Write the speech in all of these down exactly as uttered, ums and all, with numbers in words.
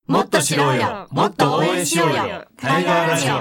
もっと知ろうよ、もっと応援しようよ、タイガーラジオ。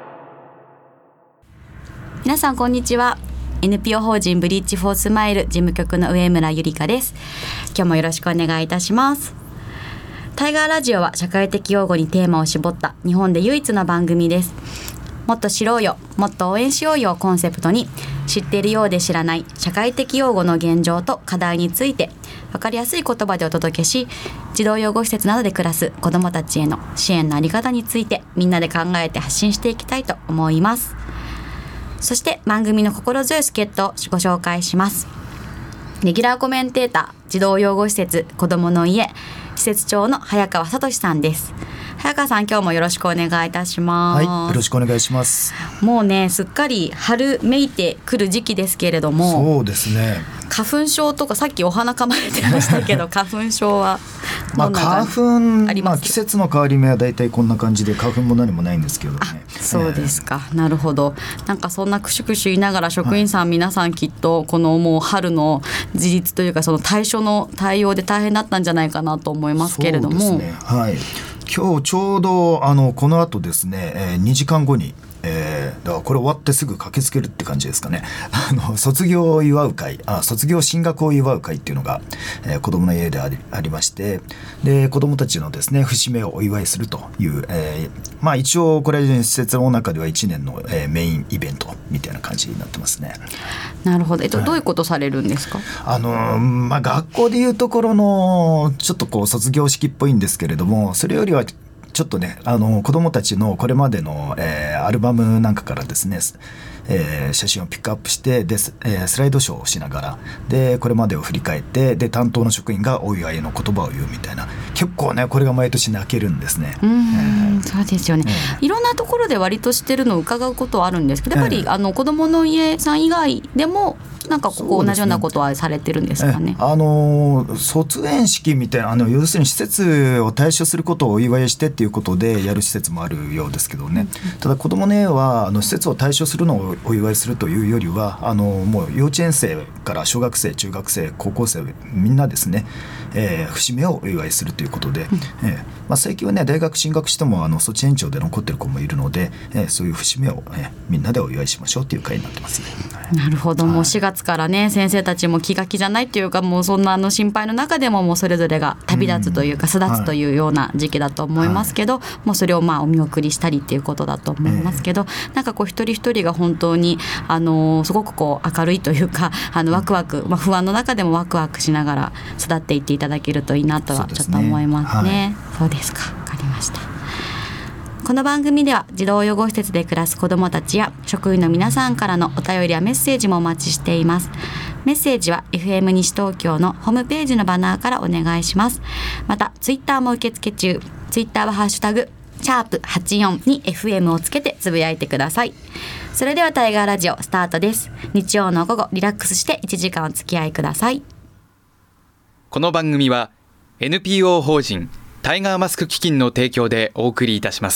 皆さんこんにちは。 エヌピーオー 法人ブリッジフォースマイル事務局の上村ゆりかです。今日もよろしくお願いいたします。タイガーラジオは社会的用語にテーマを絞った日本で唯一の番組です。もっと知ろうよ、もっと応援しようよをコンセプトに、知っているようで知らない社会的用語の現状と課題について分かりやすい言葉でお届けし、児童養護施設などで暮らす子どもたちへの支援のあり方についてみんなで考えて発信していきたいと思います。そして番組の心強い助っ人をご紹介します。レギュラーコメンテーター、児童養護施設子どもの家施設長の早川聡さんです。早川さん、今日もよろしくお願いいたします。 はい、よろしくお願いします。 もうね、すっかり春めいてくる時期ですけれども、 そうですね、 花粉症とかさっきお花噛まれてましたけど花粉症はまあ、花粉、まあ、季節の変わり目はだいたいこんな感じで、花粉も何もないんですけどね。 そうですか、えー、なるほど。なんかそんなクシュクシュ言いながら職員さん、はい、皆さんきっとこのもう春の自立というかその対処の対応で大変だったんじゃないかなと思いますけれども。 そうですね、はい、今日ちょうどあのこの後ですね、えー、にじかんごにえー、だからこれ終わってすぐ駆けつけるって感じですかね。あの卒業を祝う会、あ卒業進学を祝う会っていうのが、えー、子どもの家であり、ありまして、で子どもたちのですね節目をお祝いするという、えーまあ、一応これ施設の中ではいちねんの、えー、メインイベントみたいな感じになってますね。 なるほど、えっとはい、 どういうことされるんですか？ あのーまあ、学校でいうところのちょっとこう卒業式っぽいんですけれども、それよりはちょっとね、あの子どもたちのこれまでの、えー、アルバムなんかからですね、えー、写真をピックアップしてで、えー、スライドショーをしながらでこれまでを振り返って、で担当の職員がお祝いの言葉を言うみたいな、結構ねこれが毎年泣けるんですね。 うん、えー、そうですよね、えー、いろんなところで割としてるのを伺うことはあるんですけど、やっぱり、えー、あの子どもの家さん以外でもなんかここ同じようなことはされてるんですかね。 あの卒園式みたいな、あの要するに施設を退所することをお祝いしてっていうことでやる施設もあるようですけどね、うんうん、ただ子どもの家はあの施設を退所するのをお祝いするというよりは、あのもう幼稚園生から小学生、中学生、高校生みんなですね、えー、節目をお祝いするということで、うんえーまあ、最近はね大学進学してもあの措置延長で残ってる子もいるので、えー、そういう節目を、えー、みんなでお祝いしましょうという会になってますね。 なるほど、もうしがつからね先生たちも気が気じゃないというか、もうそんなあの心配の中でももうそれぞれが旅立つというか巣立つというような時期だと思いますけど、はい、もうそれをまあお見送りしたりっていうことだと思いますけど、えー、なんかこう一人一人が本当にあのすごくこう明るいというか、あのワクワク、まあ、不安の中でもワクワクしながら育っていっていただけるといいなとはちょっと思いますね。そうですか、わかりました。この番組では児童養護施設で暮らす子どもたちや職員の皆さんからのお便りやメッセージもお待ちしています。メッセージは エフエム 西東京のホームページのバナーからお願いします。またツイッターも受付中。ツイッターはハッシュタグシャープはちじゅうよんに エフエム をつけてつぶやいてください。それではタイガーラジオスタートです。日曜の午後リラックスしていちじかんお付き合いください。 この番組は エヌピーオー 法人タイガーマスク基金の提供でお送りいたします。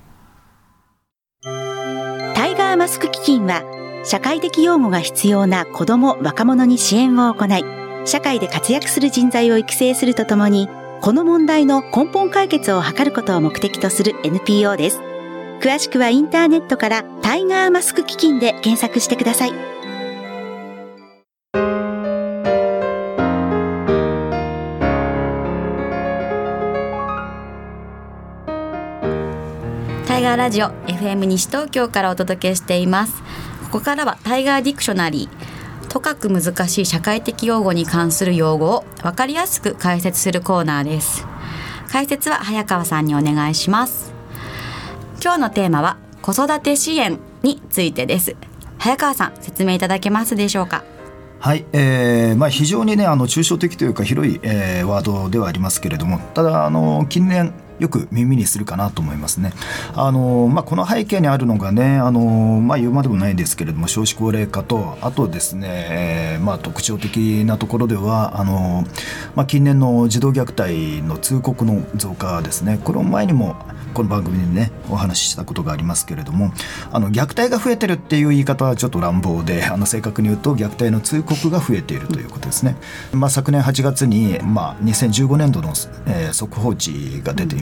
タイガーマスク基金は社会的養護が必要な子ども・若者に支援を行い、社会で活躍する人材を育成するとともに、この問題の根本解決を図ることを目的とする エヌピーオー です。詳しくはインターネットからタイガーマスク基金で検索してください。 タイガーラジオ エフエム 西東京からお届けしています。ここからはタイガーディクショナリー、とかく難しい社会的用語に関する用語を分かりやすく解説するコーナーです。解説は早川さんにお願いします。今日のテーマは子育て支援についてです。早川さん、説明いただけますでしょうか。 はい、えーまあ、非常にねあの抽象的というか広い、えー、ワードではありますけれども、ただあの近年よく耳にするかなと思いますね。あの、まあ、この背景にあるのがね、あの、まあ、言うまでもないですけれども少子高齢化と、あとですね、えーまあ、特徴的なところではあの、まあ、近年の児童虐待の通告の増加ですね。これを前にもこの番組でねお話ししたことがありますけれども、あの虐待が増えてるっていう言い方はちょっと乱暴で、あの正確に言うと虐待の通告が増えているということですね。まあ、昨年はちがつに、まあ、にせんじゅうごねんどの、えー、速報値が出てい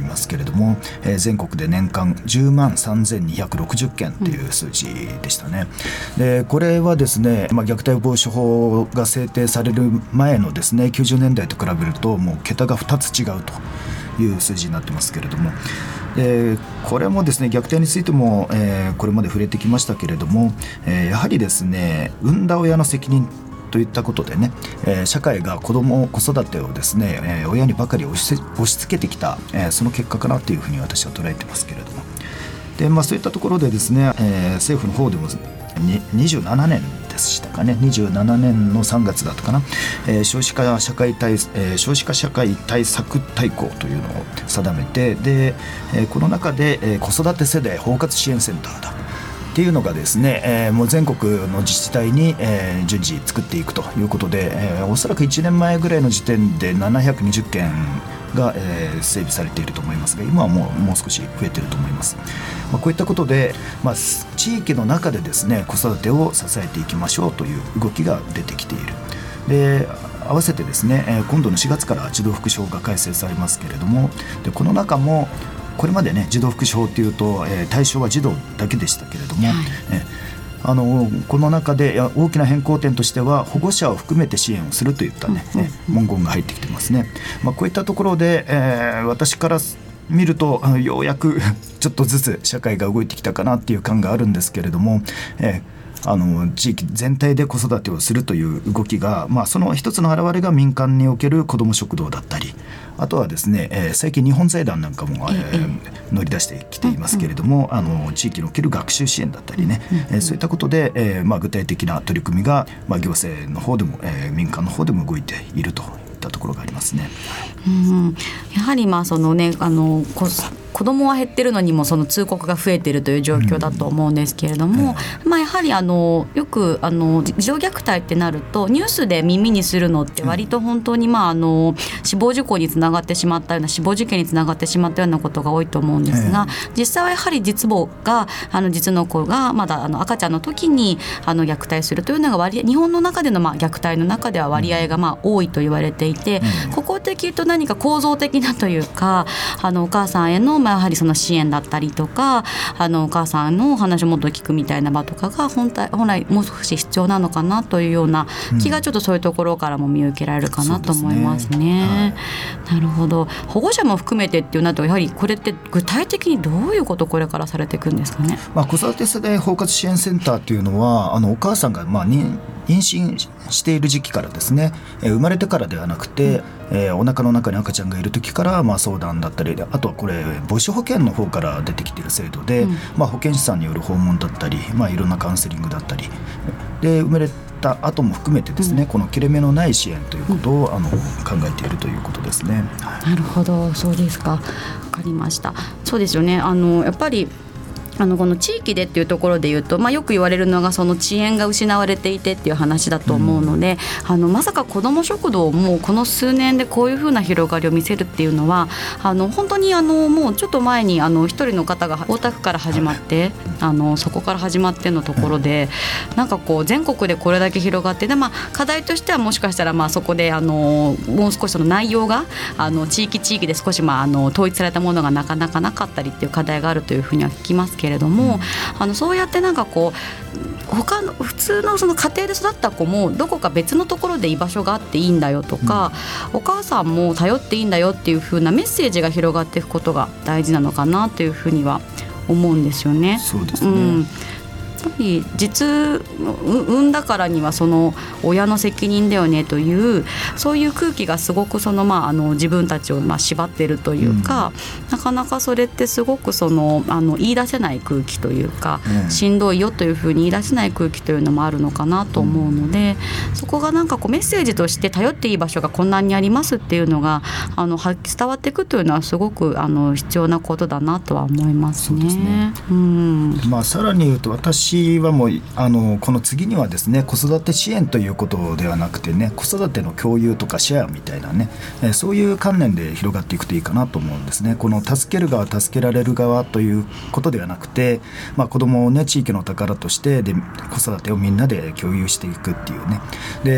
ますけれども、えー、全国で年間じゅうまんさんぜんにひゃくろくじゅっけんという数字でしたね。でこれはですね、まあ、虐待防止法が制定される前のですねきゅうじゅうねんだいと比べるともう桁がふたつ違うという数字になってますけれども、でこれもですね虐待についても、えー、これまで触れてきましたけれども、えー、やはりですね産んだ親の責任といったことでね、えー、社会が子ども子育てをですね、えー、親にばかり押し、押し付けてきた、えー、その結果かなというふうに私は捉えてますけれども、で、まあ、そういったところでですね、えー、政府の方でもにじゅうななねんでしたかね、にじゅうななねんのさんがつだったかな、えー、少子化社会対、えー、少子化社会対策大綱というのを定めて、で、えー、この中で、えー、子育て世代包括支援センターだっていうのがですね、えー、もう全国の自治体に、えー、順次作っていくということで、えー、おそらくいちねんまえぐらいの時点でななひゃくにじゅっけんが、えー、整備されていると思いますが、今はもう、もう少し増えていると思います。まあ、こういったことで、まあ、地域の中でですね子育てを支えていきましょうという動きが出てきている。で合わせてですね、えー、今度のしがつから児童福祉法が改正されますけれども、でこの中もこれまでね児童福祉法というと、えー、対象は児童だけでしたけれども、はい、えーあのこの中で大きな変更点としては保護者を含めて支援をするといった、ねうんうんうん、文言が入ってきてますね。まあ、こういったところで、えー、私から見るとようやくちょっとずつ社会が動いてきたかなっていう感があるんですけれども、えーあの地域全体で子育てをするという動きが、まあ、その一つの表れが民間における子ども食堂だったり、あとはですね、えー、最近日本財団なんかも、えー、乗り出してきていますけれども、あの地域における学習支援だったりね、えー、そういったことで、えーまあ、具体的な取り組みが、まあ、行政の方でも、えー、民間の方でも動いているといったところがありますね。 うん、やはりまあそのねあのこ子どもは減ってるのにもその通告が増えているという状況だと思うんですけれども、うんまあ、やはりあのよくあの児童虐待ってなるとニュースで耳にするのって割と本当にまああの死亡事故につながってしまったような死亡事件につながってしまったようなことが多いと思うんですが、実際はやはり実母があの実の子がまだあの赤ちゃんの時にあの虐待するというのが割合日本の中でのまあ虐待の中では割合がまあ多いと言われていて、ここで聞くと何か構造的なというかあのお母さんへのまあやはりその支援だったりとかあのお母さんのお話をもっと聞くみたいな場とかが本来、本来もう少し必要なのかなというような気がちょっとそういうところからも見受けられるかなと思いますね。 うんねはい、なるほど。保護者も含めてっていうなるとやはりこれって具体的にどういうことこれからされていくんですかね。 まあ、子育て世代包括支援センターというのはあのお母さんがまあ妊娠している時期からですね、えー、生まれてからではなくて、うんえー、お腹の中に赤ちゃんがいる時からまあ相談だったり、あとはこれ母子保健の方から出てきている制度で、うんまあ、保健師さんによる訪問だったり、まあ、いろんなカウンセリングだったりで生まれた後も含めてですね、うん、この切れ目のない支援ということを、うん、あの考えているということですね。 なるほど、そうですか。わかりました。そうですよね。あのやっぱりあのこの地域でっていうところで言うと、まあ、よく言われるのがその遅延が失われていてっていう話だと思うので、うん、あのまさか子ども食堂もこの数年でこういう風な広がりを見せるっていうのはあの本当にあのもうちょっと前にあの一人の方が大田区から始まって、はい、あのそこから始まってのところで、うん、なんかこう全国でこれだけ広がってで、まあ、課題としてはもしかしたらまあそこであのもう少しその内容があの地域地域で少しまああの統一されたものがなかなかなかったりっていう課題があるというふうには聞きますけれども、うん、あのそうやってなんかこう他の普通のその家庭で育った子もどこか別のところで居場所があっていいんだよとか、うん、お母さんも頼っていいんだよっていう風なメッセージが広がっていくことが大事なのかなというふうには思うんですよね。 そうですね、 うんやっぱり実産んだからにはその親の責任だよねというそういう空気がすごくその、まあ、あの自分たちをまあ縛っているというか、うん、なかなかそれってすごくそのあの言い出せない空気というか、うん、しんどいよというふうに言い出せない空気というのもあるのかなと思うので、うん、そこがなんかこうメッセージとして頼っていい場所がこんなにありますっていうのがあの伝わっていくというのはすごくあの必要なことだなとは思いますね。 そうですね、 うんまあ、さらに言うと私はもうあのこの次にはですね子育て支援ということではなくてね子育ての共有とかシェアみたいなね、えー、そういう観念で広がっていくといいかなと思うんですね。この助ける側助けられる側ということではなくて、まあ、子どもをね地域の宝としてで子育てをみんなで共有していくっていうねで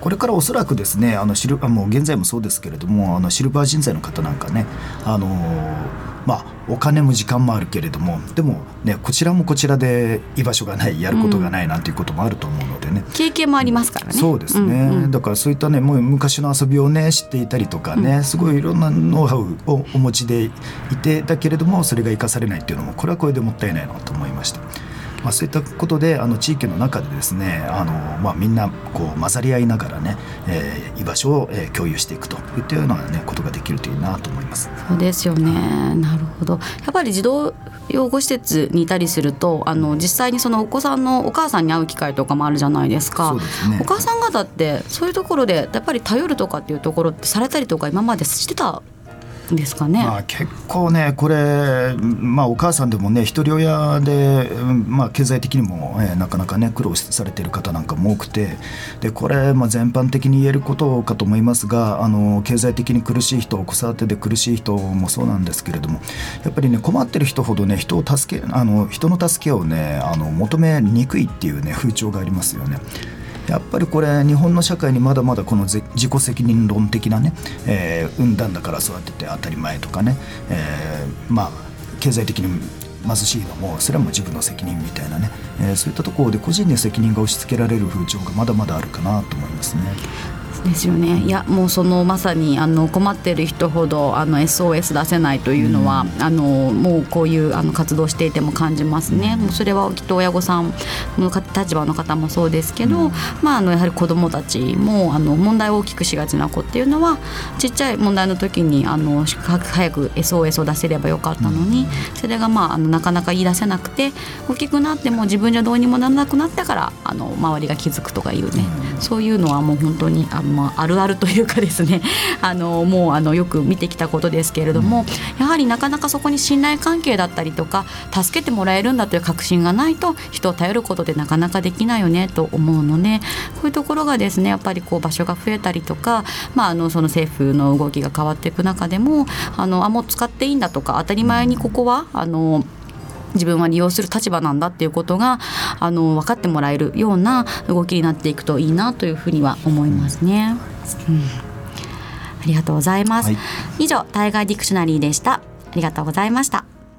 これからおそらくですね、あのシルもう現在もそうですけれども、あのシルバー人材の方なんかね、あのまあ、お金も時間もあるけれども、でも、ね、こちらもこちらで居場所がない、やることがないなんていうこともあると思うのでね、うん、 経験もありますからね。 そうですね、うんうん、だからそういったね、もう昔の遊びをね知っていたりとかね、うん、すごいいろんなノウハウをお持ちでいて、だけれどもそれが生かされないっていうのも、これはこれでもったいないなと思いました。まあ、そういったことであの地域の中でですね、あの、まあ、みんなこう混ざり合いながらね、えー、居場所を、えー、共有していくといったような、ね、ことができるといいなと思います。 そうですよね、なるほど。やっぱり児童養護施設にいたりすると、あの実際にそのお子さんのお母さんに会う機会とかもあるじゃないですか。 そうですね、 お母さん方ってそういうところでやっぱり頼るとかっていうところってされたりとか今までしてたですかね。 まあ、結構ねこれ、まあ、お母さんでもね一人親で、まあ、経済的にも、えー、なかなかね苦労されている方なんかも多くて、でこれ、まあ、全般的に言えることかと思いますが、あの経済的に苦しい人、子育てで苦しい人もそうなんですけれども、やっぱりね困ってる人ほどね人を助けあの人の助けをねあの求めにくいっていうね風潮がありますよね。やっぱりこれ日本の社会にまだまだこの自己責任論的なね、えー、産んだんだから育てて当たり前とかね、えー、まあ経済的に貧しいのもそれはもう自分の責任みたいなね、えー、そういったところで個人に責任が押し付けられる風潮がまだまだあるかなと思いますね。 ですよね。いやもうそのまさにあの困っている人ほどあの エスオーエス 出せないというのは、うん、あのもうこういうあの活動していても感じますね、うん、もうそれはきっと親御さんの立場の方もそうですけど、うんまあ、あのやはり子どもたちもあの問題を大きくしがちな子っていうのはちっちゃい問題の時にあの早く エスオーエス を出せればよかったのに、うん、それが、まあ、あのなかなか言い出せなくて大きくなっても自分じゃどうにもならなくなってからあの周りが気づくとかいうね、うん、そういうのはもう本当にあのまあ、あるあるというかですねあのもうあのよく見てきたことですけれども、うん、やはりなかなかそこに信頼関係だったりとか助けてもらえるんだという確信がないと人を頼ることでなかなかできないよねと思うので、こういうところがですねやっぱりこう場所が増えたりとか、まあ、あのその政府の動きが変わっていく中でもあのあもう使っていいんだとか当たり前にここはあの自分は利用する立場なんだっていうことがあの分かってもらえるような動きになっていくといいなというふうには思いますね、うん、ありがとうございます、はい、以上タイガーディクショナリーでした。ありがとうございました。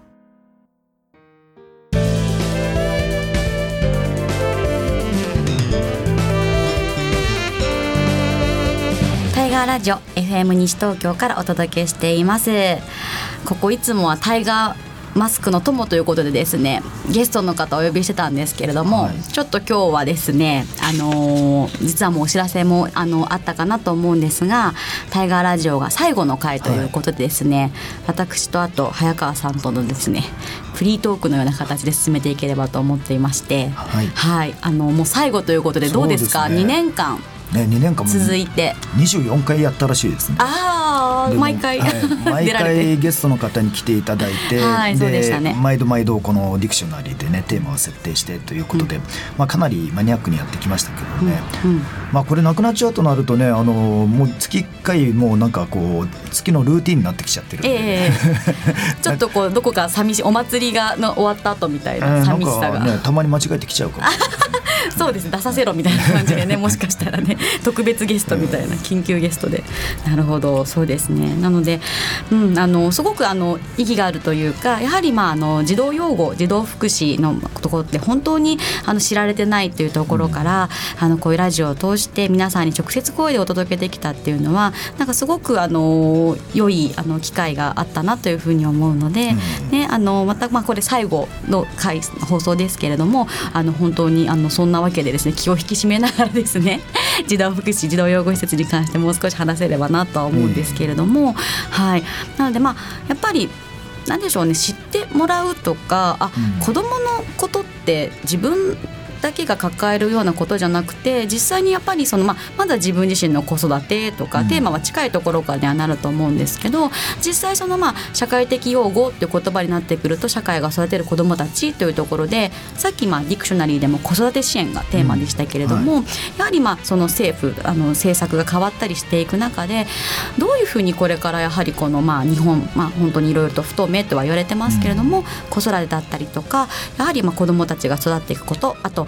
タイガーラジオ エフエム 西東京からお届けしています。ここいつもはタイガーマスクの友ということでですねゲストの方をお呼びしてたんですけれども、はい、ちょっと今日はですね、あのー、実はもうお知らせも あのあったかなと思うんですが、タイガーラジオが最後の回ということでですね、はい、私とあと早川さんとのですねフリートークのような形で進めていければと思っていまして、はいはい、あのもう最後ということでどうですか。そうですね、にねんかんね、にねんかんも続いてにじゅうよんかいやったらしいですね。 あ毎回、はい、 毎回ゲストの方に来ていただいて、 はい、そうでしたね、 毎度毎度このディクショナリーでねテーマを設定してということで、うんまあ、かなりマニアックにやってきましたけどね、うんうんまあ、これなくなっちゃうとなるとねあのもう月いっかいもうなんかこう月のルーティンになってきちゃってるんで、えー、ちょっとこうどこか寂しいお祭りがの終わった後みたいな寂しさが、 えーなんかね、たまに間違えてきちゃうかもそうですね出させろみたいな感じでねもしかしたらね特別ゲストみたいな緊急ゲストで、なるほどそうですね。なので、うん、あのすごくあの意義があるというか、やはり、まあ、あの児童養護児童福祉のところって本当にあの知られてないというところから、うん、あのこういうラジオを通して皆さんに直接声でお届けできたっていうのはなんかすごくあの良いあの機会があったなというふうに思うので、うんね、あのまた、まあ、これ最後の回放送ですけれどもあの本当にあのそんなわけでですね気を引き締めながらですね児童福祉児童養護施設に関してもう少し話せればなとは思うんですけれども、うんはい、なのでまあやっぱりなんでしょうね知ってもらうとかあ、うん、子どものことって自分だけが抱えるようなことじゃなくて実際にやっぱりその、まあ、まだ自分自身の子育てとか、うん、テーマは近いところからにはなると思うんですけど実際その、まあ、社会的養護っていう言葉になってくると社会が育てる子どもたちというところでさっき、まあ、ディクショナリーでも子育て支援がテーマでしたけれども、うんはい、やはり、まあ、その政府あの政策が変わったりしていく中でどういうふうにこれからやはりこの、まあ、日本、まあ、本当にいろいろと不透明とは言われてますけれども、うん、子育てだったりとかやはりまあ子どもたちが育っていくことあと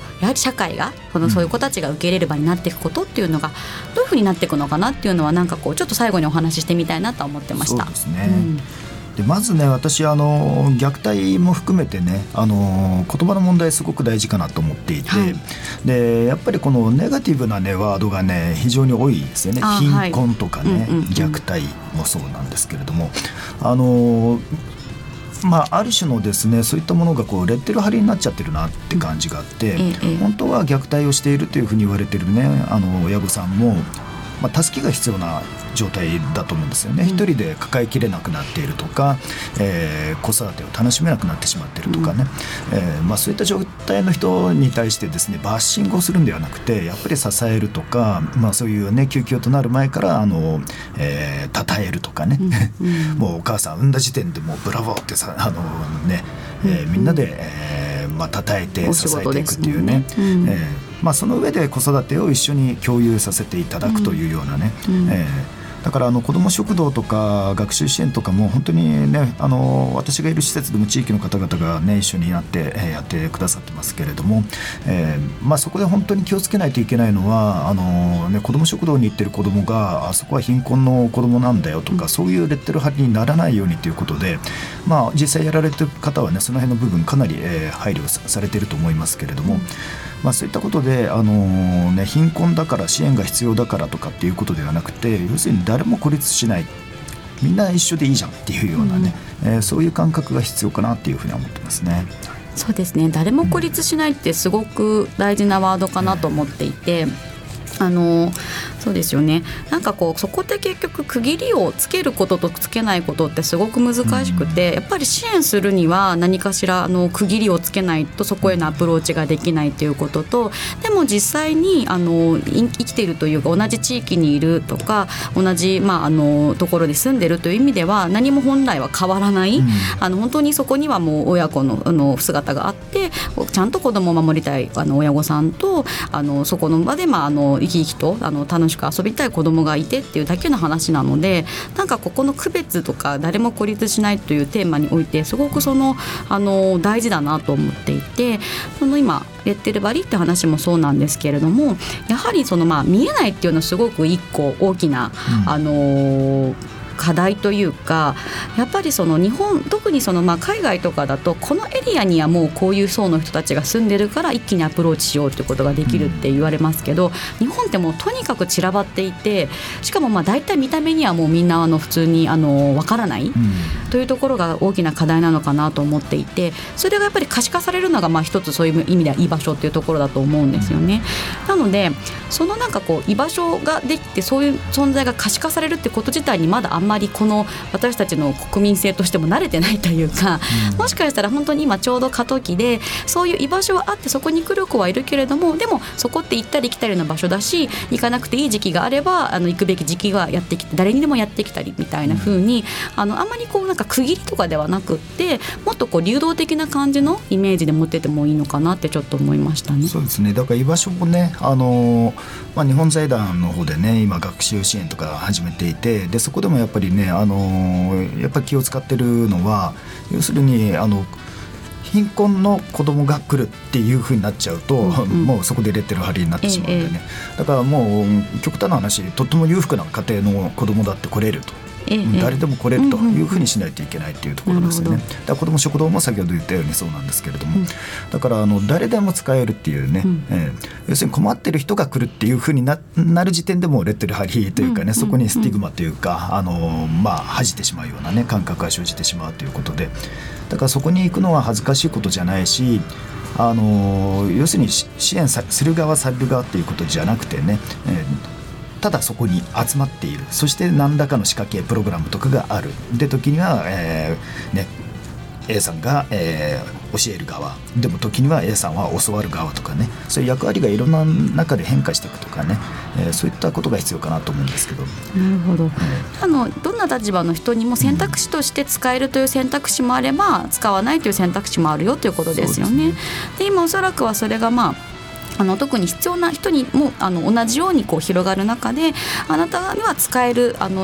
やはり社会がこのそういう子たちが受け入れる場になっていくことっていうのがどういうふうになっていくのかなっていうのはなんかこうちょっと最後にお話ししてみたいなと思ってました。 そうですね、うんでまずね私あの虐待も含めてねあの言葉の問題すごく大事かなと思っていて、はい、でやっぱりこのネガティブな、ね、ワードがね非常に多いですよね。貧困とかね、はいうんうんうん、虐待もそうなんですけれどもあのまあ、ある種のですねそういったものがこうレッテル貼りになっちゃってるなって感じがあって、うんええ、本当は虐待をしているというふうに言われてるねあの親御さんもまあ、助けが必要な状態だと思うんですよね、うん、一人で抱えきれなくなっているとか、えー、子育てを楽しめなくなってしまっているとかね、うんえーまあ、そういった状態の人に対してですねバッシングをするんではなくてやっぱり支えるとか、まあ、そういうね救急となる前からあの、えー、称えるとかね、うんうん、もうお母さん産んだ時点でもうブラボーってさあのね、えー、みんなで、えーまあ、称えて支えていくっていうね、うんえーまあ、その上で子育てを一緒に共有させていただくというようなね、うんうんえー、だからあの子ども食堂とか学習支援とかも本当にねあの私がいる施設でも地域の方々がね一緒になってやってくださってますけれども、えーまあ、そこで本当に気をつけないといけないのはあの、ね、子ども食堂に行ってる子どもがあそこは貧困の子どもなんだよとか、うん、そういうレッテル貼りにならないようにということで、まあ、実際やられてる方はねその辺の部分かなり、えー、配慮されていると思いますけれども、うんまあ、そういったことで、あのーね、貧困だから支援が必要だからとかっていうことではなくて要するに誰も孤立しないみんな一緒でいいじゃんっていうようなね、うんえー、そういう感覚が必要かなっていうふうに思ってますね。 そうですね誰も孤立しないってすごく大事なワードかなと思っていて、うんあのそうですよねなんかこうそこで結局区切りをつけることとつけないことってすごく難しくて、うん、やっぱり支援するには何かしらあの区切りをつけないとそこへのアプローチができないということとでも実際にあの生きているというか同じ地域にいるとか同じ、まあ、あのところで住んでるという意味では何も本来は変わらない、うん、あの本当にそこにはもう親子 の, あの姿があってちゃんと子供を守りたいあの親御さんとあのそこの場で、まあ、あの生き生きとあの楽しく遊びたい子供がいてっていうだけの話なのでなんかここの区別とか誰も孤立しないというテーマにおいてすごくそのあの大事だなと思っていてその今レッテル貼りって話もそうなんですけれどもやはりその、まあ、見えないっていうのはすごく一個大きな、うん、あの課題というかやっぱりその日本特にそのまあ海外とかだとこのエリアにはもうこういう層の人たちが住んでるから一気にアプローチしようということができるって言われますけど、うん、日本ってもうとにかく散らばっていてしかもまあ大体見た目にはもうみんなあの普通にあの分からない、うん、というところが大きな課題なのかなと思っていてそれがやっぱり可視化されるのがまあ一つそういう意味では居場所っていうところだと思うんですよね、うん、なのでそのなんかこう居場所ができてそういう存在が可視化されるってこと自体にまだあんまりこの私たちの国民性としても慣れてないというか、うん、もしかしたら本当に今ちょうど過渡期でそういう居場所はあってそこに来る子はいるけれどもでもそこって行ったり来たりの場所だし行かなくていい時期があればあの行くべき時期がやってきて誰にでもやってきたりみたいな風に、うん、あのあんまりこうなんか区切りとかではなくってもっとこう流動的な感じのイメージで持っててもいいのかなってちょっと思いましたね。 そうですねだから居場所もねあの、まあ、日本財団の方でね今学習支援とか始めていてでそこでもやっぱりねあのやっぱり気を使ってるのは要するにあの貧困の子供が来るっていう風になっちゃうと、うんうん、もうそこでレッテル貼りになってしまうんでね、ええ、だからもう極端な話とっても裕福な家庭の子供だって来れるとええ、誰でも来れるというふうにしないといけないというところですよね、うんうんうん、だから子ども食堂も先ほど言ったようにそうなんですけれども、うん、だからあの誰でも使えるっていうね、うんええ、要するに困ってる人が来るっていうふうに な, なる時点でもうレッテル貼りというかね、うんうんうん、そこにスティグマというかあの、まあ、恥じてしまうような、ね、感覚が生じてしまうということでだからそこに行くのは恥ずかしいことじゃないしあの要するに支援する側される側っていうことじゃなくてね、えーただそこに集まっているそして何らかの仕掛けプログラムとかがあるで時には、えーね、A さんが、えー、教える側でも時には A さんは教わる側とかねそういう役割がいろんな中で変化していくとかね、えー、そういったことが必要かなと思うんですけどなるほど、えー、あのどんな立場の人にも選択肢として使えるという選択肢もあれば、うん、使わないという選択肢もあるよということですよね。で今おそらくはそれがまああの特に必要な人にもあの同じようにこう広がる中であなたには使えるあの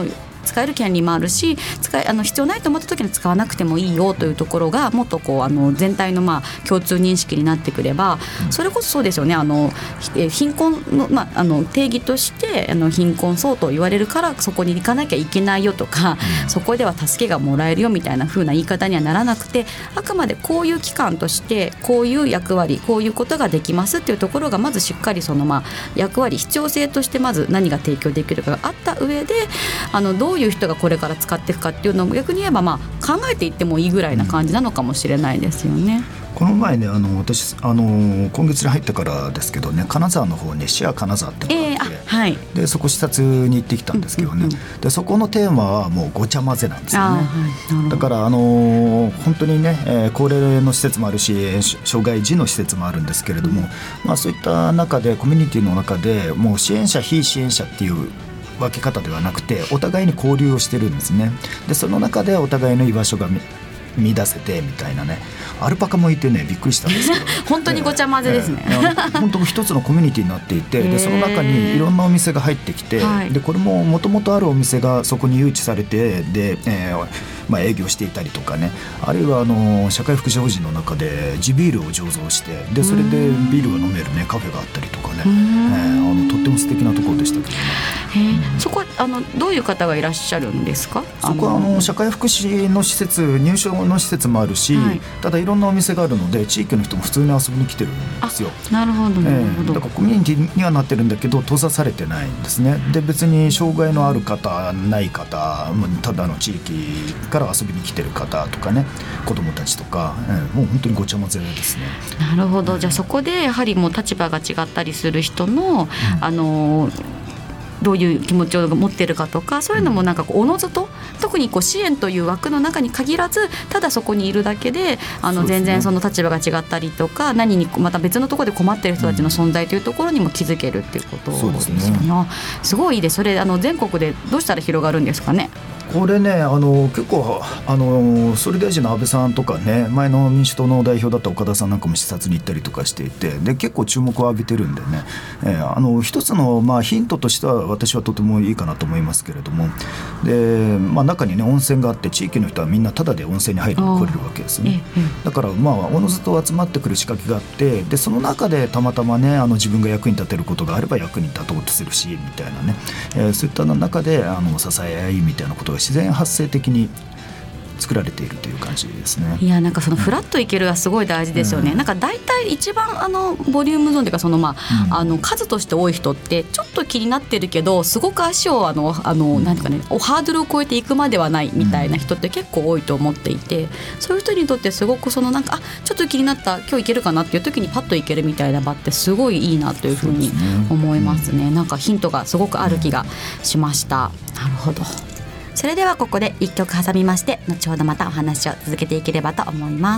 使える権利もあるし、使いあの必要ないと思った時に使わなくてもいいよというところがもっとこうあの全体のまあ共通認識になってくれば、それこそそうですよね。あの貧困の、まあ、あの定義としてあの貧困層と言われるからそこに行かなきゃいけないよとか、そこでは助けがもらえるよみたいな風な言い方にはならなくて、あくまでこういう機関としてこういう役割、こういうことができますっていうところがまずしっかりそのまあ役割、必要性としてまず何が提供できるかがあった上で、あのどういう人がこれから使っていくかっていうのを逆に言えばまあ考えていってもいいぐらいな感じなのかもしれないですよね。 この前ね、あの私あの今月に入ってからですけどね、金沢の方にシェア金沢っていうのがあって、 えーあはい、 でそこ視察に行ってきたんですけどね、うんうんうん、でそこのテーマはもうごちゃ混ぜなんですよね、はい、だからあの本当にね、えー、高齢の施設もあるし障害児の施設もあるんですけれども、うんまあ、そういった中でコミュニティの中でもう支援者非支援者っていう分け方ではなくて、お互いに交流をしてるんですね。でその中でお互いの居場所が見出せてみたいなね、アルパカもいてねびっくりしたんですけど本当にごちゃ混ぜですね、 えーえー、本当一つのコミュニティになっていて、でその中にいろんなお店が入ってきて、はい、でこれももともとあるお店がそこに誘致されてで、えーまあ、営業していたりとかね、あるいはあの社会福祉法人の中で地ビールを醸造して、でそれでビールが飲める、ね、カフェがあったりとかね、えー、あのとっても素敵なところでしたけどね。 へそこはあのどういう方がいらっしゃるんですか？ そこはあの社会福祉の施設、入所の施設もあるし、はい、ただいろんなお店があるので地域の人も普通に遊びに来てるんですよ。 なるほどなるほど、 えー、だからコミュニティにはなってるんだけど閉ざされてないんですね。で別に障害のある方ない方、ただの地域から遊びに来てる方とかね、子どもたちとか、えー、もう本当にごちゃ混ぜですね。 なるほど、じゃあそこでやはりもう立場が違ったりする人の、うん、あのどういう気持ちを持っているかとか、そういうのもなんかこうおのずと、特にこう支援という枠の中に限らず、ただそこにいるだけであの全然その立場が違ったりとか、何にまた別のところで困っている人たちの存在というところにも気づけるっていうことですよね。そうですね。すごいいいです。それあの全国でどうしたら広がるんですかね？ これね、あの結構あの総理大臣の安倍さんとかね、前の民主党の代表だった岡田さんなんかも視察に行ったりとかしていて、で結構注目を浴びてるんでね、えー、あの一つの、まあ、ヒントとしては私はとてもいいかなと思いますけれども、で、まあ、中にね温泉があって、地域の人はみんなタダで温泉に入りに来れるわけですね。だからまあおのずと集まってくる仕掛けがあって、でその中でたまたまねあの自分が役に立てることがあれば役に立とうとするしみたいなね、えー、そういった中であの支え合いみたいなことが自然発生的に作られているという感じですね。 いやなんかそのフラッといけるはすごい大事ですよね、うん、なんか大体一番あのボリュームゾーンというかその、まあうん、あの数として多い人ってちょっと気になってるけどすごく足をあのあの、うん、なんていうかね、ハードルを超えていくまではないみたいな人って結構多いと思っていて、そういう人にとってすごくそのなんかあちょっと気になった、今日いけるかなっていう時にパッといけるみたいな場ってすごいいいなというふうに思いますね。なんかヒントがすごくある気がしました。なるほど。それではここでいっきょく挟みまして、後ほどまたお話を続けていければと思います。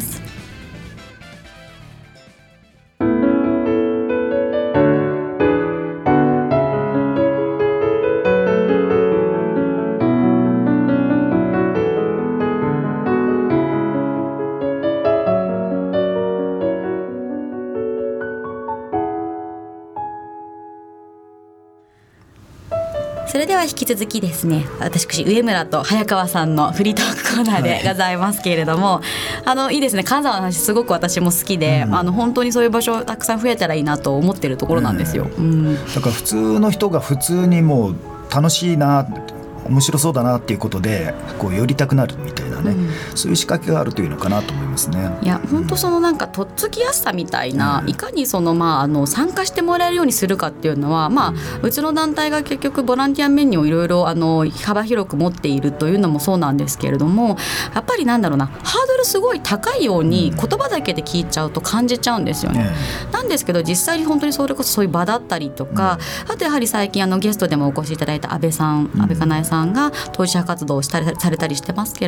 それでは引き続きですね、私上村と早川さんのフリートークコーナーでございますけれども、はい、あのいいですね、金沢の話すごく私も好きで、うん、あの本当にそういう場所たくさん増えたらいいなと思ってるところなんですよ、うんうん、 だから普通の人が普通にもう楽しいな、面白そうだなっていうことでこう寄りたくなるみたいなね、うん、そういう仕掛けがあるというのかなと思いますね。 いや本当そのなんかとっつきやすさみたいな、うん、いかにその、まあ、あの参加してもらえるようにするかっていうのは、まあ、うちの団体が結局ボランティアメニューをいろいろあの幅広く持っているというのもそうなんですけれども、やっぱりなんだろうな、ハードルすごい高いように言葉だけで聞いちゃうと感じちゃうんですよね、うん、なんですけど実際に本当にそれこそそういう場だったりとか、うん、あとやはり最近あのゲストでもお越しいただいた安倍さん、安倍かなえさんが当事者活動をしたりされたりしてますけれども、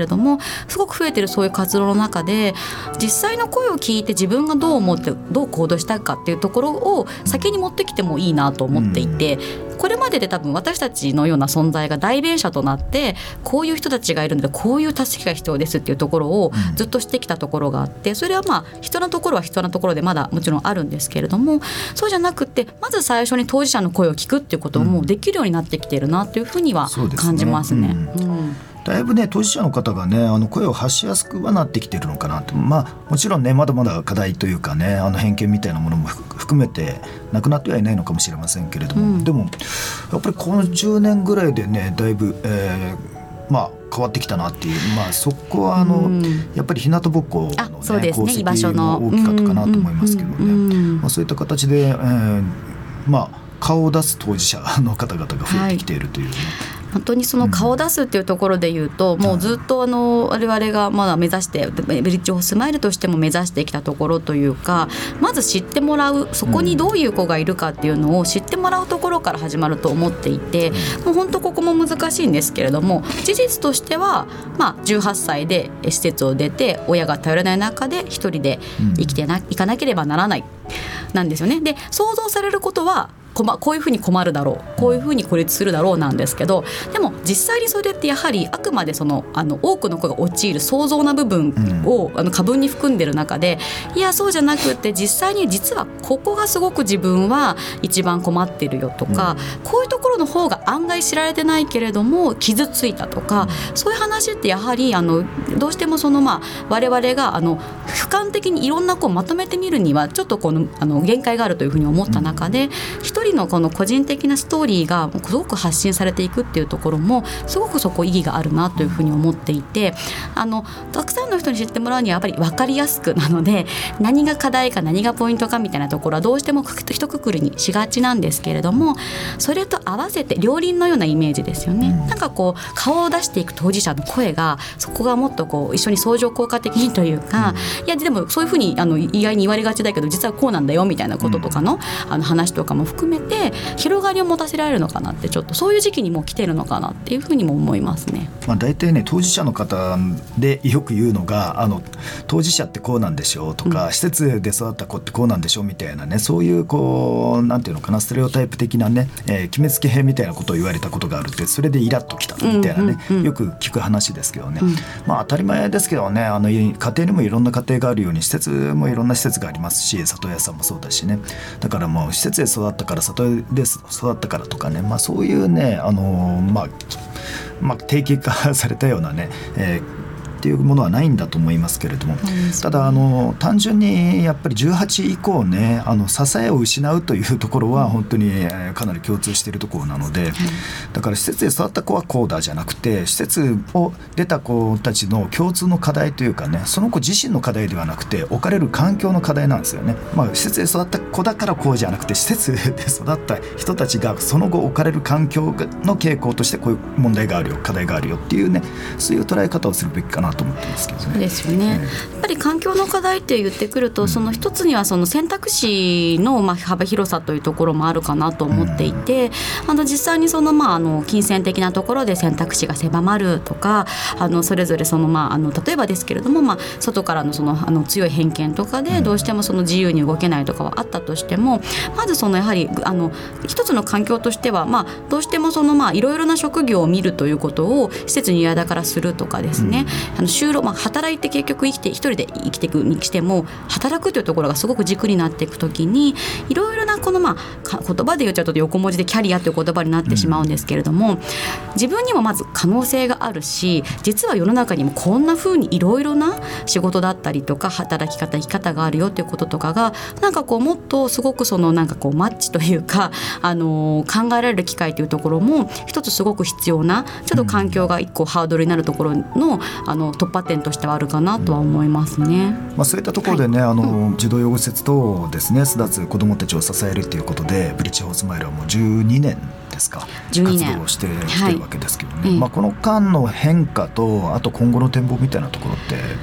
すごく増えてるそういう活動の中で実際の声を聞いて自分がどう思ってどう行動したいかっていうところを先に持ってきてもいいなと思っていて、うん、これまでで多分私たちのような存在が代弁者となってこういう人たちがいるのでこういう助けが必要ですっていうところをずっとしてきたところがあって、それはまあ人のところは人のところでまだもちろんあるんですけれども、そうじゃなくてまず最初に当事者の声を聞くっていうことをもうできるようになってきているなというふうには感じますね。 だいぶね当事者の方がねあの声を発しやすくはなってきているのかなと、まあ、もちろんねまだまだ課題というかねあの偏見みたいなものも含めてなくなってはいないのかもしれませんけれども、うん、でもやっぱりこのじゅうねんぐらいでねだいぶ、えーまあ、変わってきたなっていう、まあ、そこはあの、うん、やっぱり日向ぼっこの、ね、 そうですね、 功績も大きかったかなと思いますけどね、うんうんうんまあ、そういった形で、えーまあ、顔を出す当事者の方々が増えてきているという、ねはい本当にその顔を出すっていうところでいうと、うん、もうずっとあの我々がまだ目指してブリッジオフスマイルとしても目指してきたところというか、まず知ってもらう、そこにどういう子がいるかっていうのを知ってもらうところから始まると思っていて、うん、もう本当ここも難しいんですけれども、事実としては、まあ、じゅうはっさいで施設を出て親が頼れない中で一人で生きてな、うん、いかなければならないなんですよね。で想像されることはこういうふうに困るだろう、こういうふうに孤立するだろうなんですけど、でも実際にそれってやはりあくまでそのあの多くの子が陥る想像な部分をあの過分に含んでる中で、いやそうじゃなくて実際に実はここがすごく自分は一番困ってるよとか、こういうところの方が案外知られてないけれども傷ついたとか、そういう話ってやはりあのどうしてもそのまあ我々があの俯瞰的にいろんな子をまとめてみるにはちょっとこのあの限界があるというふうに思った中で、一人のこの個人的なストーリーがすごく発信されていくっていうところもすごくそこ意義があるなというふうに思っていて、あのたくさんの人に知ってもらうにはやっぱり分かりやすくなので、何が課題か何がポイントかみたいなところはどうしても一括りにしがちなんですけれども、それと合わせて両輪のようなイメージですよね。なんかこう顔を出していく当事者の声がそこがもっとこう一緒に相乗効果的にというか、いやでもそういうふうにあの意外に言われがちだけど実はこうなんだよみたいなこととかの、あの話とかも含めて広がりを持たせられるのかなって、ちょっとそういう時期にもう来てるのかなっていうふうにも思いますね。 まあ、大体ね当事者の方でよく言うのが、あの当事者ってこうなんでしょうとか、うん、施設で育った子ってこうなんでしょうみたいなね、そういうこうなんていうのかな、ステレオタイプ的なね、えー、決めつけみたいなことを言われたことがあるって、それでイラッときたみたいなね、うんうんうん、よく聞く話ですけどね、うん、まあ当たり前ですけどね、あの家庭にもいろんな家庭があるように施設もいろんな施設がありますし、里親さんもそうだしね、だからもう施設で育ったから里親で育ったからとかね、まあ、そういうね、あのーまあまあ、定型化されたようなね、えーっていうものはないんだと思いますけれども、ただあの単純にやっぱりじゅうはち以降ね、あの支えを失うというところは本当にかなり共通しているところなので、だから施設で育った子はこうだじゃなくて、施設を出た子たちの共通の課題というかね、その子自身の課題ではなくて置かれる環境の課題なんですよね。まあ、施設で育った子だからこうじゃなくて、施設で育った人たちがその後置かれる環境の傾向としてこういう問題があるよ、課題があるよっていうね、そういう捉え方をするべきかなと思ってますけどね。 そうですよね、えー、やっぱり環境の課題って言ってくると、うん、その一つにはその選択肢のまあ幅広さというところもあるかなと思っていて、うん、あの実際にそのまああの金銭的なところで選択肢が狭まるとか、あのそれぞれそのまああの例えばですけれども、まあ外からのそのあの強い偏見とかでどうしてもその自由に動けないとかはあったとしても、まずそのやはりあの一つの環境としては、まあどうしてもそのまあいろいろな職業を見るということを施設に嫌だからするとかですね、うん、あの就労まあ、働いて結局生きて一人で生きていくにしても、働くというところがすごく軸になっていくときに、いろいろなこのまあ言葉で言っちゃうと横文字でキャリアという言葉になってしまうんですけれども、自分にもまず可能性があるし、実は世の中にもこんな風にいろいろな仕事だったりとか働き方生き方があるよということとかが、なんかこうもっとすごくそのなんかこうマッチというか、あのー、考えられる機会というところも一つすごく必要な、ちょっと環境が一個ハードルになるところの、あの突破点としてはあるかなとは思いますね。 まあ、そういったところでね、はい、あの児童養護施設とですね、巣立つ子どもたちを支えるということで、ブリッジホースマイルはもうじゅうにねんですか、活動をしてきてるわけですけどね、はい、まあ、この間の変化と、あと今後の展望みたいなところって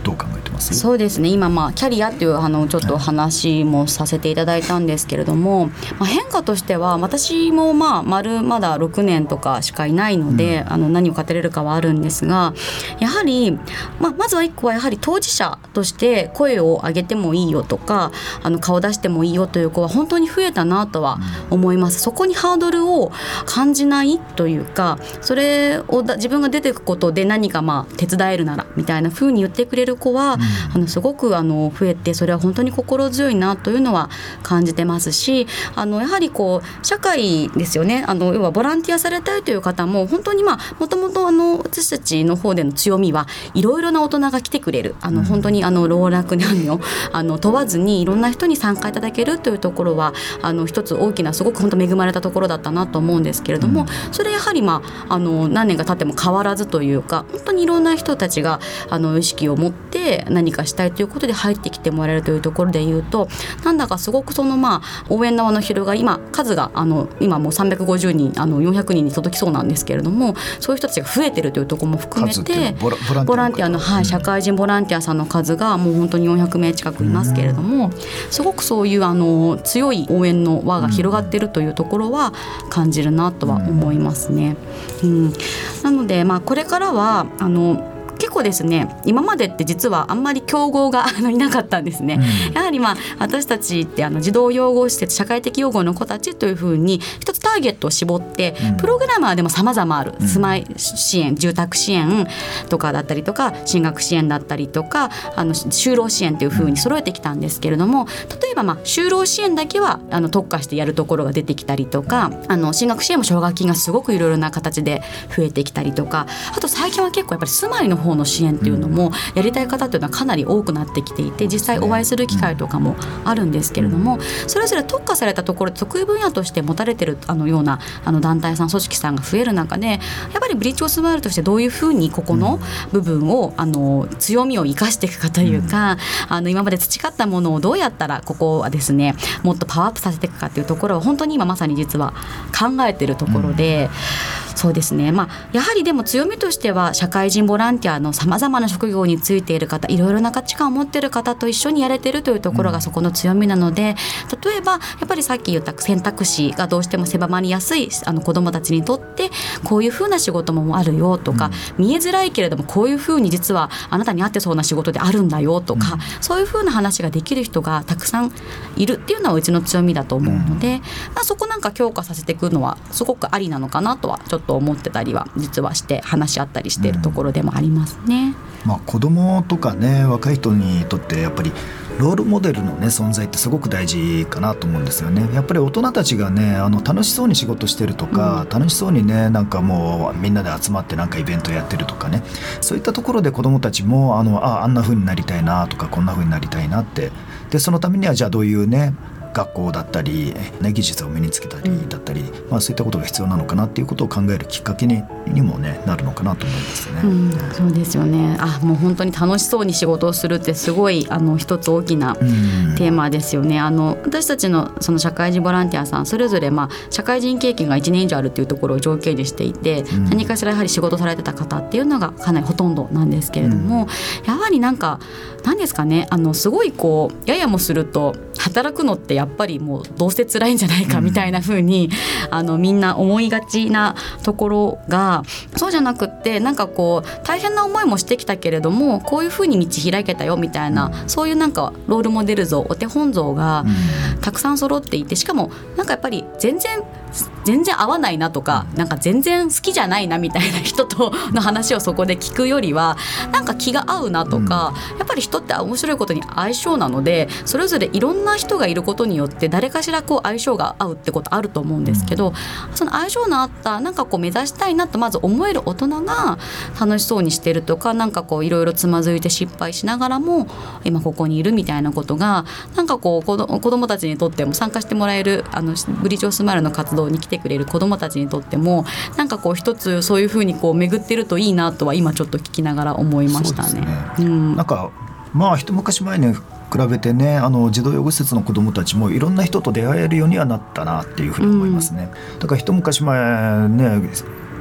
どう考えてます？ そうですね、今まあキャリアっていうあのちょっと話もさせていただいたんですけれども、まあ、変化としては私もまあ丸まだろくねんとかしかいないので、うん、あの何を語れるかはあるんですが、やはり、まあ、まずはいっこはやはり当事者として声を上げてもいいよとかあの顔出してもいいよという子は本当に増えたなとは思います。そこにハードルを感じないというか、それをだ自分が出ていくことで何かまあ手伝えるならみたいな風に言ってくれる子は、うん、あのすごくあの増えて、それは本当に心強いなというのは感じてますし、あのやはりこう社会ですよね、あの要はボランティアされたいという方も本当にまあもともとあの私たちの方での強みはいろいろな大人が来てくれる、あの本当にあの老若男女あの問わずにいろんな人に参加いただけるというところはあの一つ大きなすごく本当恵まれたところだったなと思うんですけれども、それやはりまああの何年か経っても変わらずというか、本当にいろんな人たちがあの意識を持って何かしたいということで入ってきてもらえるというところでいうと、なんだかすごくそのまあ応援の輪の広がり、今数があの今もうさんびゃくごじゅうにんあのよんひゃくにんに届きそうなんですけれども、そういう人たちが増えてるというところも含めてボラ、ボランティアの、はい、社会人ボランティアさんの数がもう本当によんひゃくめい近くいますけれども、すごくそういうあの強い応援の輪が広がっているというところは感じるなとは思いますね。うん、なので、まあ、これからはあの結構ですね、今までって実はあんまり競合があのいなかったんですね、うん、やはりまあ私たちってあの児童養護施設社会的養護の子たちというふうに一つターゲットを絞って、うん、プログラマーでも様々ある、うん、住まい支援、住宅支援とかだったりとか進学支援だったりとかあの就労支援というふうに揃えてきたんですけれども、例えばまあ就労支援だけはあの特化してやるところが出てきたりとか、あの進学支援も奨学金がすごくいろいろな形で増えてきたりとか、あと最近は結構やっぱり住まいの方の支援っていうのもやりたい方っていうのはかなり多くなってきていて、実際お会いする機会とかもあるんですけれども、それぞれ特化されたところ得意分野として持たれてるあのようなあの団体さん組織さんが増える中で、やっぱりブリッジオスマイルとしてどういうふうにここの部分をあの強みを生かしていくかというか、あの今まで培ったものをどうやったらここはですねもっとパワーアップさせていくかというところを本当に今まさに実は考えているところで、そうですね、まあ、やはりでも強みとしては社会人ボランティアのさまざまな職業についている方、いろいろな価値観を持っている方と一緒にやれているというところがそこの強みなので、例えばやっぱりさっき言った選択肢がどうしても狭まりやすいあの子どもたちにとってこういうふうな仕事もあるよとか、見えづらいけれどもこういうふうに実はあなたに合ってそうな仕事であるんだよとか、そういうふうな話ができる人がたくさんいるっていうのはうちの強みだと思うので、まあ、そこなんか強化させていくのはすごくありなのかなとはちょっとと思ってたりは実はして話し合ったりしているところでもありますね。 うん、まあ、子どもとかね若い人にとってやっぱりロールモデルの、ね、存在ってすごく大事かなと思うんですよね。やっぱり大人たちがねあの楽しそうに仕事してるとか、うん、楽しそうにねなんかもうみんなで集まってなんかイベントやってるとかね、そういったところで子どもたちもあの あ, あんな風になりたいなとかこんな風になりたいなって、でそのためにはじゃあどういうね学校だったり、ね、技術を身につけたりだったり、うんまあ、そういったことが必要なのかなっていうことを考えるきっかけ に, にも、ね、なるのかなと思いますね。 うん、そうですよね。あもう本当に楽しそうに仕事をするってすごいあの一つ大きなテーマですよね。あの私たち の, その社会人ボランティアさんそれぞれ、まあ、社会人経験がいちねん以上あるっていうところを条件にしていて、うん、何かしらやはり仕事されてた方っていうのがかなりほとんどなんですけれども、うん、やはりなんか何ですかね、あのすごいこうややもすると働くのってやっぱりもうどうせ辛いんじゃないかみたいな風に、うん、あのみんな思いがちなところがそうじゃなくってなんかこう大変な思いもしてきたけれどもこういう風に道開けたよみたいな、うん、そういうなんかロールモデル像お手本像がたくさん揃っていて、しかもなんかやっぱり全然全然合わないなとかなんか全然好きじゃないなみたいな人との話をそこで聞くよりはなんか気が合うなとか、やっぱり人って面白いことに相性なのでそれぞれいろんな人がいることによって誰かしらこう相性が合うってことあると思うんですけど、その相性のあったなんかこう目指したいなとまず思える大人が楽しそうにしてるとか、なんかこういろいろつまずいて失敗しながらも今ここにいるみたいなことがなんかこう子どもたちにとっても参加してもらえるあのブリッジオスマイルの活動に来てくれる子どもたちにとってもなんかこう一つそういうふうにこう巡ってるといいなとは今ちょっと聞きながら思いました ね, ね、 うん、なんかまあ一昔前に比べてねあの児童養護施設の子どもたちもいろんな人と出会えるようにはなったなっていうふうに思いますね、うん、だから一昔前ね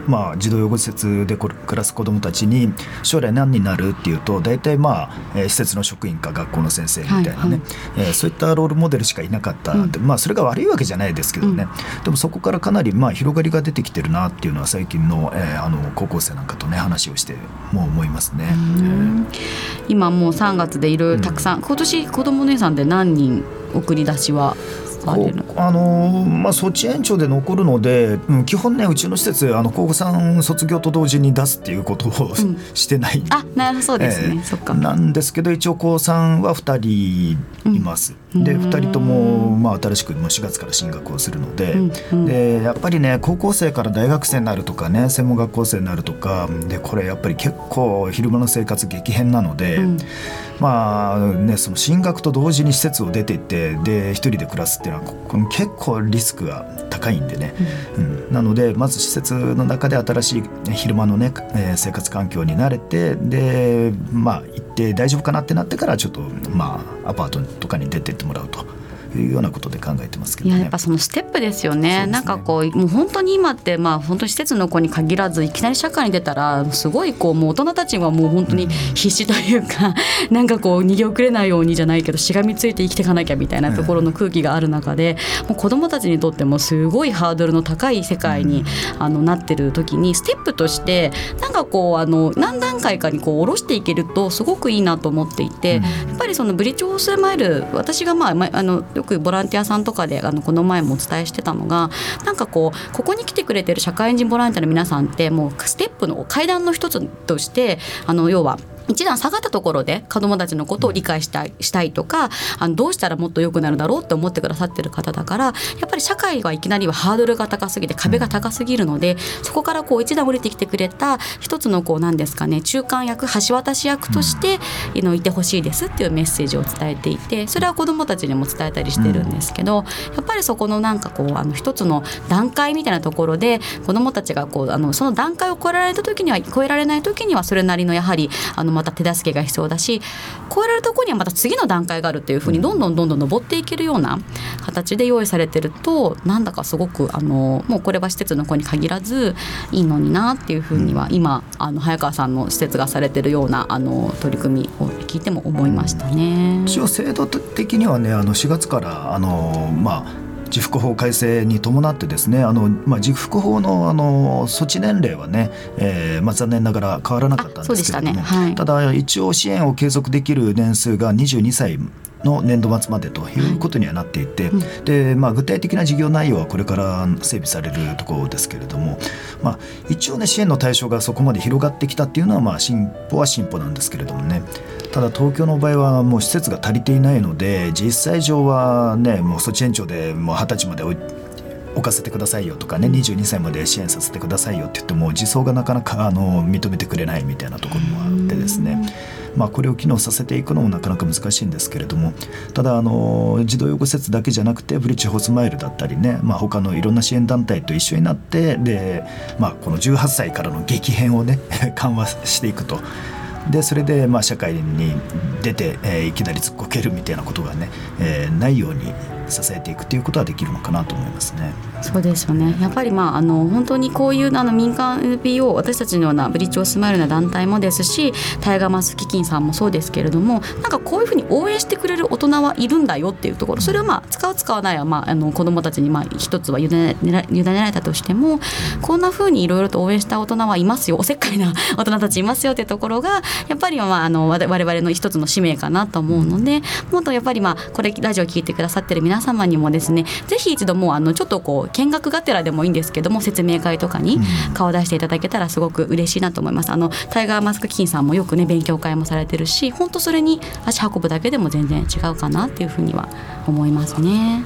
まあ、児童養護施設で暮らす子どもたちに将来何になるっていうと大体、まあえー、施設の職員か学校の先生みたいなね、はいはいえー、そういったロールモデルしかいなかったんで、うんまあ、それが悪いわけじゃないですけどね、うん、でもそこからかなりまあ広がりが出てきてるなっていうのは最近の、えー、あの高校生なんかとね話をしてもう思いますね。 うん今もうさんがつでいろいろたくさん、うん、今年子ども姉さんで何人送り出しはあのーまあ、措置延長で残るので、うん、基本ねうちの施設あの高校さん卒業と同時に出すっていうことを、うん、してないあなるそうですね、 えー、 そっかなんですけど一応高さんはふたりいます、うん、でふたりとも、まあ、新しくもうしがつから進学をするので、うんうん、でやっぱりね高校生から大学生になるとかね専門学校生になるとかでこれやっぱり結構昼間の生活激変なので、うんまあね、その進学と同時に施設を出ていってで一人で暮らすっていうのは結構リスクが高いんでね、うんうん、なのでまず施設の中で新しい昼間のね、えー、生活環境に慣れてで、まあ、行って大丈夫かなってなってからちょっと、まあ、アパートとかに出てってもらうというようなことで考えてますけどね。 いややっぱそのステップですよ ね, ですねなんかこうもう本当に今ってまあ本当に施設の子に限らずいきなり社会に出たらすごいこうもう大人たちはもう本当に必死というか、うん、なんかこう逃げ遅れないようにじゃないけどしがみついて生きていかなきゃみたいなところの空気がある中で、うん、もう子どもたちにとってもすごいハードルの高い世界に、うん、あのなってる時にステップとしてなんかこうあの何段階かにこう下ろしていけるとすごくいいなと思っていて、うん、やっぱりそのブリッジホースマイル私がまああのよくボランティアさんとかであのこの前もお伝えしてたのがなんかこうここに来てくれてる社会人ボランティアの皆さんってもうステップの階段の一つとしてあの要は一段下がったところで子どもたちのことを理解したい、したいとかあのどうしたらもっと良くなるだろうって思ってくださってる方だからやっぱり社会はいきなりはハードルが高すぎて壁が高すぎるのでそこからこう一段降りてきてくれた一つのこう何ですかね中間役橋渡し役としていのいてほしいですっていうメッセージを伝えていてそれは子どもたちにも伝えたりしてるんですけどやっぱりそこのなんかこうあの一つの段階みたいなところで子どもたちがこうあのその段階を越えられた時には越えられない時にはそれなりのやはりあのまた手助けが必要だし超えられるところにはまた次の段階があるっていう風にどんどんどんどん登っていけるような形で用意されてるとなんだかすごくあのもうこれは施設の子に限らずいいのになっていう風には今あの早川さんの施設がされてるようなあの取り組みを聞いても思いましたね。 一応制度的にはねあのしがつからあのまあ自粛法改正に伴ってですねあの、まあ、自粛法 の, あの措置年齢はね、えーまあ、残念ながら変わらなかったんですけれども、ねはい、ただ一応支援を継続できる年数がにじゅうにさいの年度末までということにはなっていて、はいうんでまあ、具体的な事業内容はこれから整備されるところですけれども、まあ、一応ね支援の対象がそこまで広がってきたっていうのは、まあ、進歩は進歩なんですけれどもねただ東京の場合はもう施設が足りていないので実際上はねもう措置延長でもうはたちまで置かせてくださいよとかねにじゅうにさいまで支援させてくださいよって言っても児相がなかなかあの認めてくれないみたいなところもあってですねまあ、これを機能させていくのもなかなか難しいんですけれどもただあの児童養護施設だけじゃなくてブリッジホースマイルだったりね、まあ、他のいろんな支援団体と一緒になってで、まあ、このじゅうはっさいからの激変をね緩和していくとでそれでまあ社会に出て、えー、いきなり突っこけるみたいなことがね、えー、ないように支えていくということはできるのかなと思いますね。 そうですよね。やっぱりまああの本当にこういうあの民間 エヌピーオー 私たちのようなブリッジオスマイルな団体もですしタイガーマス基金さんもそうですけれどもなんかこういうふうに応援してくれる大人はいるんだよっていうところそれはまあ使う使わないはまああの子どもたちにまあ一つは委ねられたとしてもこんなふうにいろいろと応援した大人はいますよおせっかいな大人たちいますよっていうところがやっぱりまああの我々の一つの使命かなと思うのでもっとやっぱりまあこれラジオ聞いてくださってる皆様にもですねぜひ一度もうあのちょっとこう見学がてらでもいいんですけども説明会とかに顔を出していただけたらすごく嬉しいなと思います。あのタイガーマスク基金さんもよくね勉強会もされてるし本当それに足運ぶだけでも全然違うかなっていうふうには思いますね。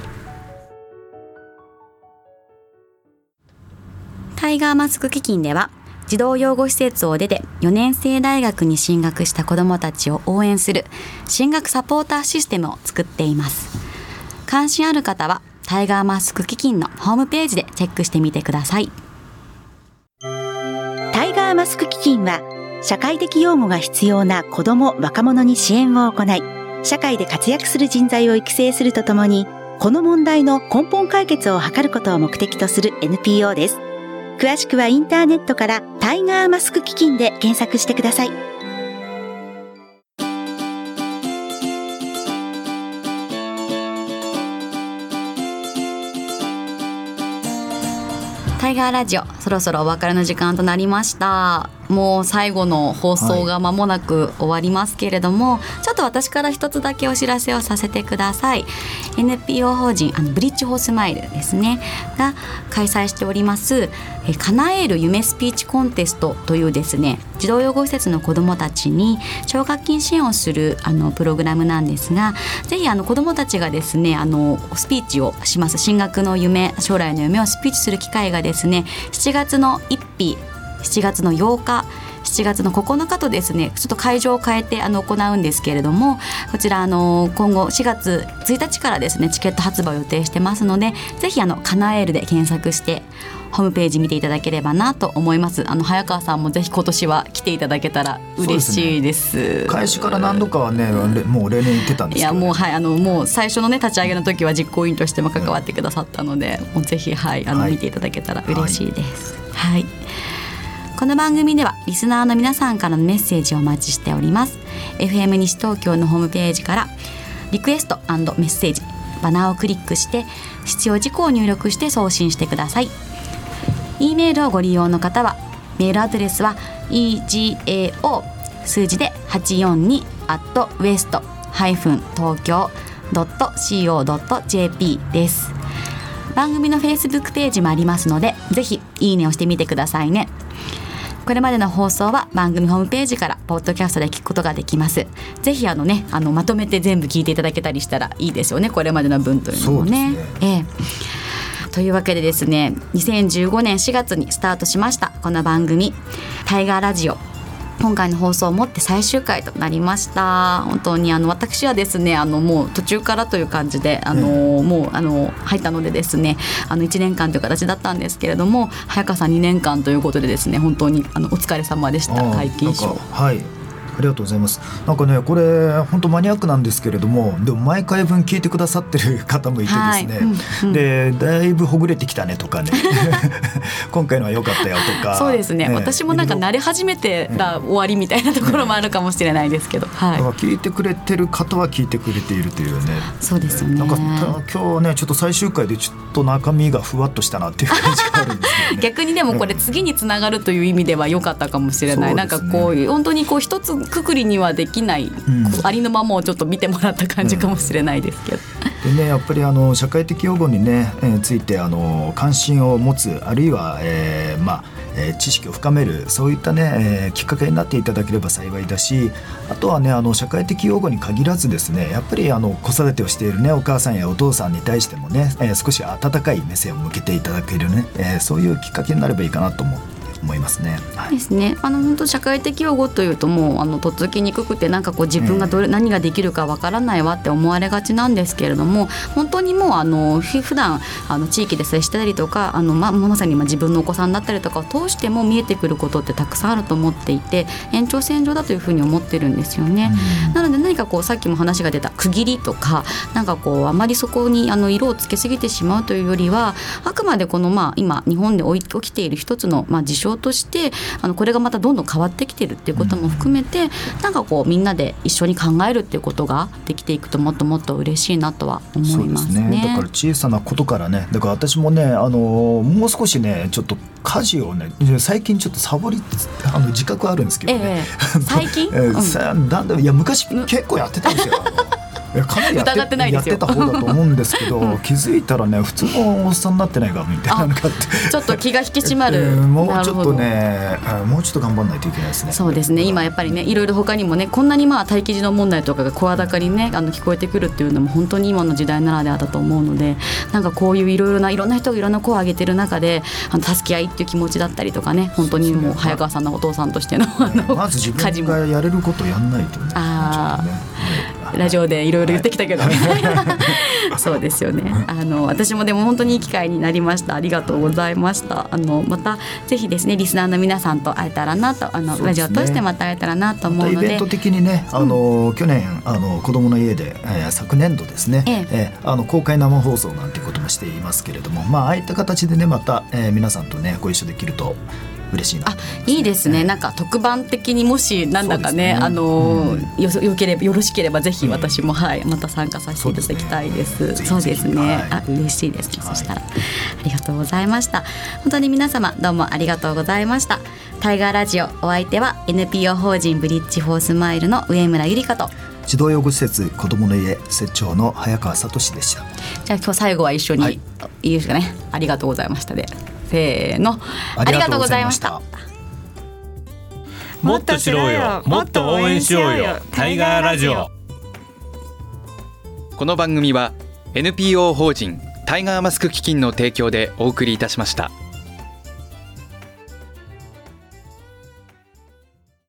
タイガーマスク基金では児童養護施設を出てよねん生大学に進学した子どもたちを応援する進学サポーターシステムを作っています。関心ある方はタイガーマスク基金のホームページでチェックしてみてください。 タイガーマスク基金は社会的養護が必要な子ども・若者に支援を行い社会で活躍する人材を育成するとともにこの問題の根本解決を図ることを目的とする エヌピーオー です。 詳しくはインターネットからタイガーマスク基金で検索してください。 タイガーラジオ、そろそろお別れの時間となりました。もう最後の放送が間もなく終わりますけれども、はい、ちょっと私から一つだけお知らせをさせてください。 エヌピーオー 法人あのブリッジフォースマイルですねが開催しておりますえ叶える夢スピーチコンテストというですね、児童養護施設の子どもたちに奨学金支援をするあのプログラムなんですが、ぜひあの子どもたちがですねあのスピーチをします。進学の夢、将来の夢をスピーチする機会がですねしちがつのついたち、しちがつのようか、しちがつのここのかとですねちょっと会場を変えてあの行うんですけれども、こちらあの今後しがつついたちからですねチケット発売を予定してますので、ぜひあの叶えるで検索してホームページ見ていただければなと思います。あの早川さんもぜひ今年は来ていただけたら嬉しいです。 そうですね、開始から何度かはねもう例年言ってたんですけど、 いやもうはいあのもう最初のね立ち上げの時は実行委員としても関わってくださったので、うん、もうぜひはいあの、はい、見ていただけたら嬉しいです。はい、はい、この番組ではリスナーの皆さんからのメッセージをお待ちしております。 エフエム 西東京のホームページからリクエスト&メッセージバナーをクリックして必要事項を入力して送信してください。 E メールをご利用の方はメールアドレスは イージーエーオー 数字ではちよんに アット ウエスト 東京 ドット コー ドット ジェーピー です。番組の Facebook ページもありますのでぜひいいねをしてみてくださいね。これまでの放送は番組ホームページからポッドキャストで聞くことができます。ぜひあの、ね、あのまとめて全部聞いていただけたりしたらいいですよね、これまでの分というのも ね, そうですね、 ええ、というわけでですねにせんじゅうごねんしがつにスタートしましたこの番組タイガーラジオ、今回の放送をもって最終回となりました。本当にあの私はですねあのもう途中からという感じであの、うん、もうあの入ったのでですねあのいちねんかんという形だったんですけれども、早川さんにねんかんということでですね本当にあのお疲れ様でした。皆勤賞、 はい、ありがとうございます。なんかねこれ本当マニアックなんですけれども、でも毎回分聞いてくださってる方もいてですね、はいうんうん、でだいぶほぐれてきたねとかね今回のは良かったよとか、 そうですね、ね私もなんか慣れ始めてら終わりみたいなところもあるかもしれないですけど、ねはい、だから聞いてくれてる方は聞いてくれているというね。 そうですよね。 なんか今日ねちょっと最終回でちょっと中身がふわっとしたなっていう感じがあるんですけど、ね、 逆にでもこれ次につながるという意味では良かったかもしれない、うん、なんかこう本当にこう一つくくりにはできない、うん、ありのままをちょっと見てもらった感じかもしれないですけど、 うん、でねやっぱりあの社会的養護にね、えー、ついてあの関心を持つ、あるいは、えー、まあえー、知識を深める、そういったね、えー、きっかけになっていただければ幸いだし、あとはねあの社会的養護に限らずですね、やっぱりあの子育てをしているねお母さんやお父さんに対してもね、えー、少し温かい目線を向けていただけるね、えー、そういうきっかけになればいいかなと思う思いますね。 はい、ですね。あの本当社会的養護というともうあのとっつきにくくてなんかこう自分がどれ、うん、何ができるかわからないわって思われがちなんですけれども、本当にもうあの普段あの地域で接したりとかあの、ま、まさに自分のお子さんだったりとかを通しても見えてくることってたくさんあると思っていて、延長線上だというふうに思ってるんですよね。うん、なので何かこうさっきも話が出た区切りとかなんかこうあまりそこにあの色をつけすぎてしまうというよりは、あくまでこのまあ今日本で起きている一つのまあ事象としてあのこれがまたどんどん変わってきてるっていうことも含めて、うん、なんかこうみんなで一緒に考えるっていうことができていくともっともっと嬉しいなとは思いますね。 そうですね。だから小さなことからね、だから私もねあのもう少しねちょっと家事をね最近ちょっとサボりあの自覚あるんですけどね、 ええ、最近、 えーうん、だんだんいや昔結構やってたんですよ。いやかなりやって疑ってないですよ。 やってた方だと思うんですけど、うん、気づいたらね普通のおっさんになってないかみたいなのがあってちょっと気が引き締まる、えー、もうちょっとねもうちょっと頑張らないといけないですね。 そうですね。今やっぱりねいろいろ他にもねこんなにまあ待機児童問題とかが声高にねあの聞こえてくるっていうのも本当に今の時代ならではだと思うので、なんかこういういろいろないろんな人がいろんな声を上げてる中であの助け合いっていう気持ちだったりとかね、本当にもう早川さんのお父さんとしてのあのまず自分がやれることやんないとね。 ああラジオでいろいろ言ってきたけどみたいなそうですよね。あの私もでも本当にいい機会になりました。ありがとうございました。あのまたぜひですねリスナーの皆さんと会えたらなと、あの、ね、ラジオを通してまた会えたらなと思うので、 ま、イベント的にね、あの、うん、去年あの子どもの家で、えー、昨年度ですね、えええー、あの公開生放送なんてこともしていますけれども、まあ、ああいった形でねまた、えー、皆さんとねご一緒できると嬉しいなと思いますね。 あ、いいですね。なんか特番的にもしなんだか ね, ねあの、うん、よ, よければよろしければぜひ私も、うん、はい、また参加させていただきたいです。そうですね。はい、あ、嬉しいですね。はい、そしたらありがとうございました。本当に皆様どうもありがとうございました。タイガーラジオ、お相手は エヌピーオー 法人ブリッジフォースマイルの上村ゆりかと児童養護施設子どもの家設長の早川聡でした。 じゃあ今日最後は一緒に、はい、いいですかね。ありがとうございましたで、せーの、ありがとうございました。 もっと知ろうよ、もっと応援しようよ、タイガーラジオ。 この番組は エヌピーオー 法人タイガーマスク基金の提供でお送りいたしました。